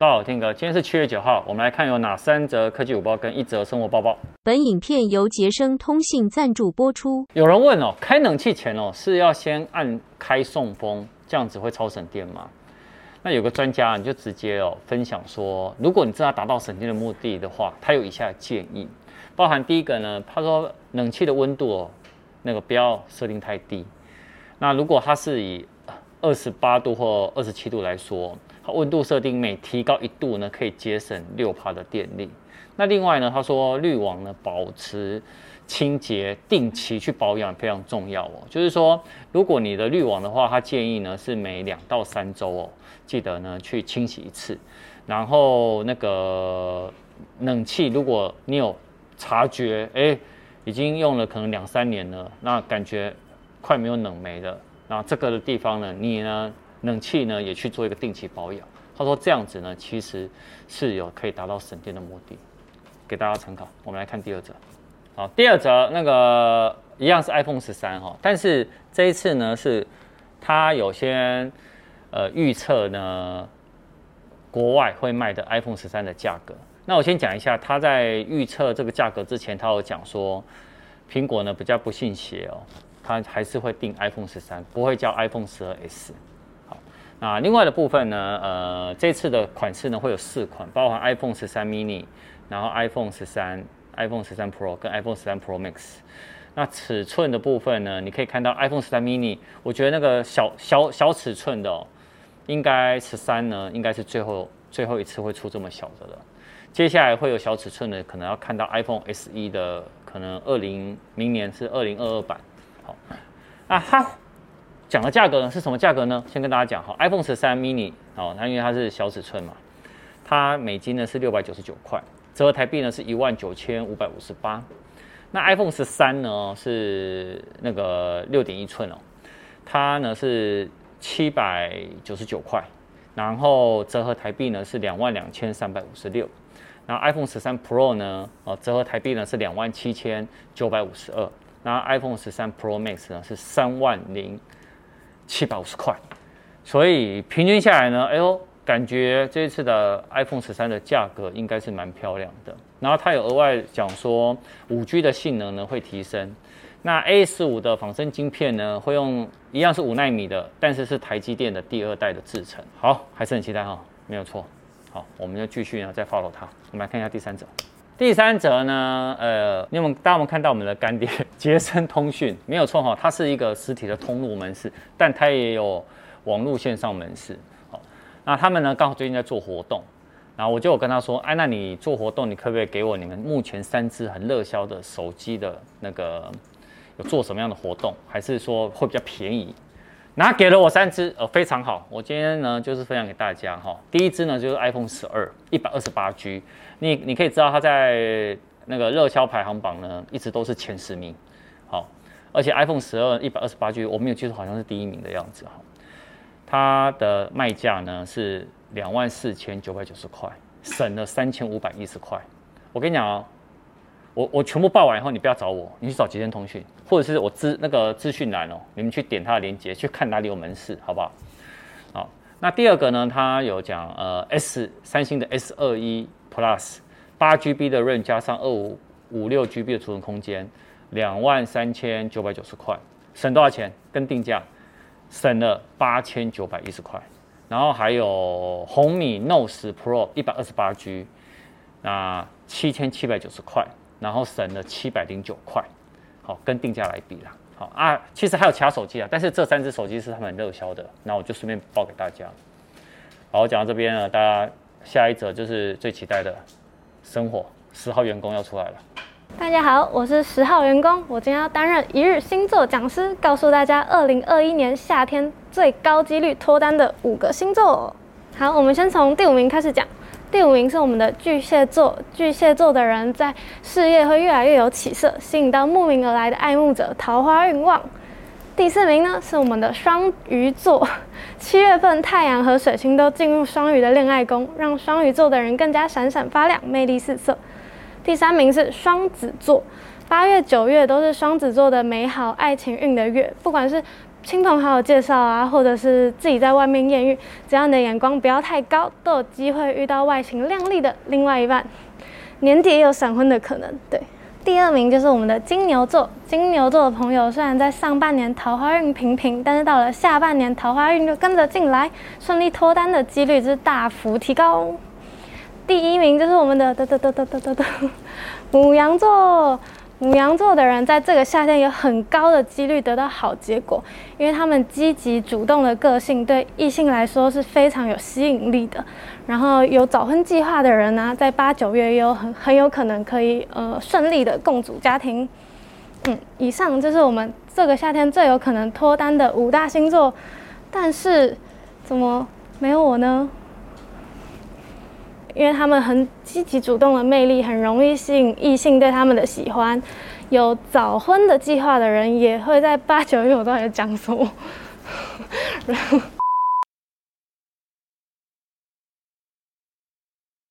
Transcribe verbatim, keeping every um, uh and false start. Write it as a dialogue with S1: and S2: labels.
S1: 大家好，听哥，今天是七月九号，我们来看有哪三则科技午报跟一则生活报报。
S2: 本影片由杰生通信赞助播出。
S1: 有人问哦，开冷气前哦是要先按开送风，这样子会超省电吗？那有个专家你就直接哦分享说，如果你真的达到省电的目的的话，他有以下的建议，包含第一个呢，他说冷气的温度哦，那个不要设定太低。那如果它是以二十八度或二十七度来说，它温度设定每提高一度呢，可以节省百分之六的电力。那另外呢，他说滤网呢保持清洁，定期去保养非常重要哦。就是说，如果你的滤网的话，他建议呢是每两到三周哦，记得呢去清洗一次。然后那个冷气，如果你有察觉，哎，已经用了可能两三年了，那感觉快没有冷媒了，那这个的地方呢，你呢冷气呢也去做一个定期保养。他说这样子呢，其实是有可以达到省电的目的，给大家参考。我们来看第二则。好，第二则那个一样是 iPhone 十三哈，但是这一次呢是它有些呃预测呢国外会卖的 iPhone 十三的价格。那我先讲一下，他在预测这个价格之前，他有讲说苹果呢比较不信邪哦。它还是会定 iPhone 十三，不会叫 iPhone 十二 S。好，那另外的部分呢，呃，这次的款式呢会有四款，包含 iPhone 十三 mini， 然后 iPhone 十三、iPhone 十三 Pro 跟 iPhone 十三 Pro Max。那尺寸的部分呢，你可以看到 iPhone 十三 mini， 我觉得那个小小小尺寸的哦，应该十三呢，应该是最后最后一次会出这么小的了。接下来会有小尺寸的，可能要看到 iPhone S E 的，可能二零明年是二零二二版。好，那它讲的价格呢是什么价格呢？先跟大家讲，好 ，iPhone 十三 mini， 哦，它因为它是小尺寸嘛，它美金呢是六百九十九块，折合台币呢是一万九千五百五十八。那 iPhone 十三呢是那个六点一寸哦，它呢是七百九十九块，然后折合台币呢是两万两千三百五十六。然后 iPhone 十三 Pro 呢，哦，折合台币呢是两万七千九百五十二。然后 iPhone 十三 Pro Max 呢是三万零七百五十块，所以平均下来呢，哎呦，感觉这一次的 iPhone 十三的价格应该是蛮漂亮的。然后它有额外讲说 五 G 的性能呢会提升，那 A 十五 的仿生晶片呢会用一样是五奈米的，但是是台积电的第二代的制程。好，还是很期待哈，没有错。好，我们就继续呢再 follow 它。我们来看一下第三则。第三则呢，呃，你们大家有没有看到我们的干爹杰森通讯？没有错哈，它是一个实体的通路门市，但它也有网络线上门市。好，那他们呢刚好最近在做活动，然后我就有跟他说，哎，那你做活动，你可不可以给我你们目前三支很热销的手机的那个有做什么样的活动，还是说会比较便宜？然后给了我三支，呃，非常好。我今天呢就是分享给大家哈。第一支呢就是 iPhone 十二，一百二十八 G， 你你可以知道它在那个热销排行榜呢一直都是前十名，好，而且 iPhone 十二 一百二十八 G 我没有记错好像是第一名的样子哈。它的卖价呢是两万四千九百九十块，省了三千五百一十块。我跟你讲哦。我我全部报完以后，你不要找我，你去找杰森通讯，或者是我资那个资讯栏哦，你们去点它的链接，去看哪里有门市，好不好？好，那第二个呢，它有讲呃 S 三星的 S 二十一 Plus 八 G B 的 RAM 加上二五五六 G B 的储存空间，两万三千九百九十块，省多少钱？跟定价省了八千九百一十块。然后还有红米 Note 十 Pro 一百二十八 G， 那七千七百九十块。然后省了七百零九块，好，跟定价来比啦，好啊，其实还有其他手机啊，但是这三只手机是他们很热销的，那我就顺便报给大家。好，我讲到这边呢，大家下一则就是最期待的生活，十号员工要出来了。
S3: 大家好，我是十号员工，我今天要担任一日星座讲师，告诉大家二零二一年夏天最高几率脱单的五个星座。好，我们先从第五名开始讲。第五名是我们的巨蟹座，巨蟹座的人在事业会越来越有起色，吸引到慕名而来的爱慕者，桃花运旺。第四名呢是我们的双鱼座，七月份太阳和水星都进入双鱼的恋爱宫，让双鱼座的人更加闪闪发亮，魅力四射。第三名是双子座，八月九月都是双子座的美好爱情运的月，不管是亲朋好友介绍啊，或者是自己在外面艳遇，只要你的眼光不要太高，都有机会遇到外形靓丽的另外一半。年底也有闪婚的可能。对，第二名就是我们的金牛座。金牛座的朋友虽然在上半年桃花运平平，但是到了下半年桃花运就跟着进来，顺利脱单的几率是大幅提高。第一名就是我们的的的的的的的牡羊座。牡羊座的人在这个夏天有很高的几率得到好结果，因为他们积极主动的个性对异性来说是非常有吸引力的。然后有早婚计划的人呢、啊，在八九月也有很很有可能可以呃顺利的共组家庭。嗯，以上就是我们这个夏天最有可能脱单的五大星座，但是怎么没有我呢？因为他们很积极主动的魅力，很容易吸引异性对他们的喜欢。有早婚的计划的人也会在八九月，我到底在讲什么？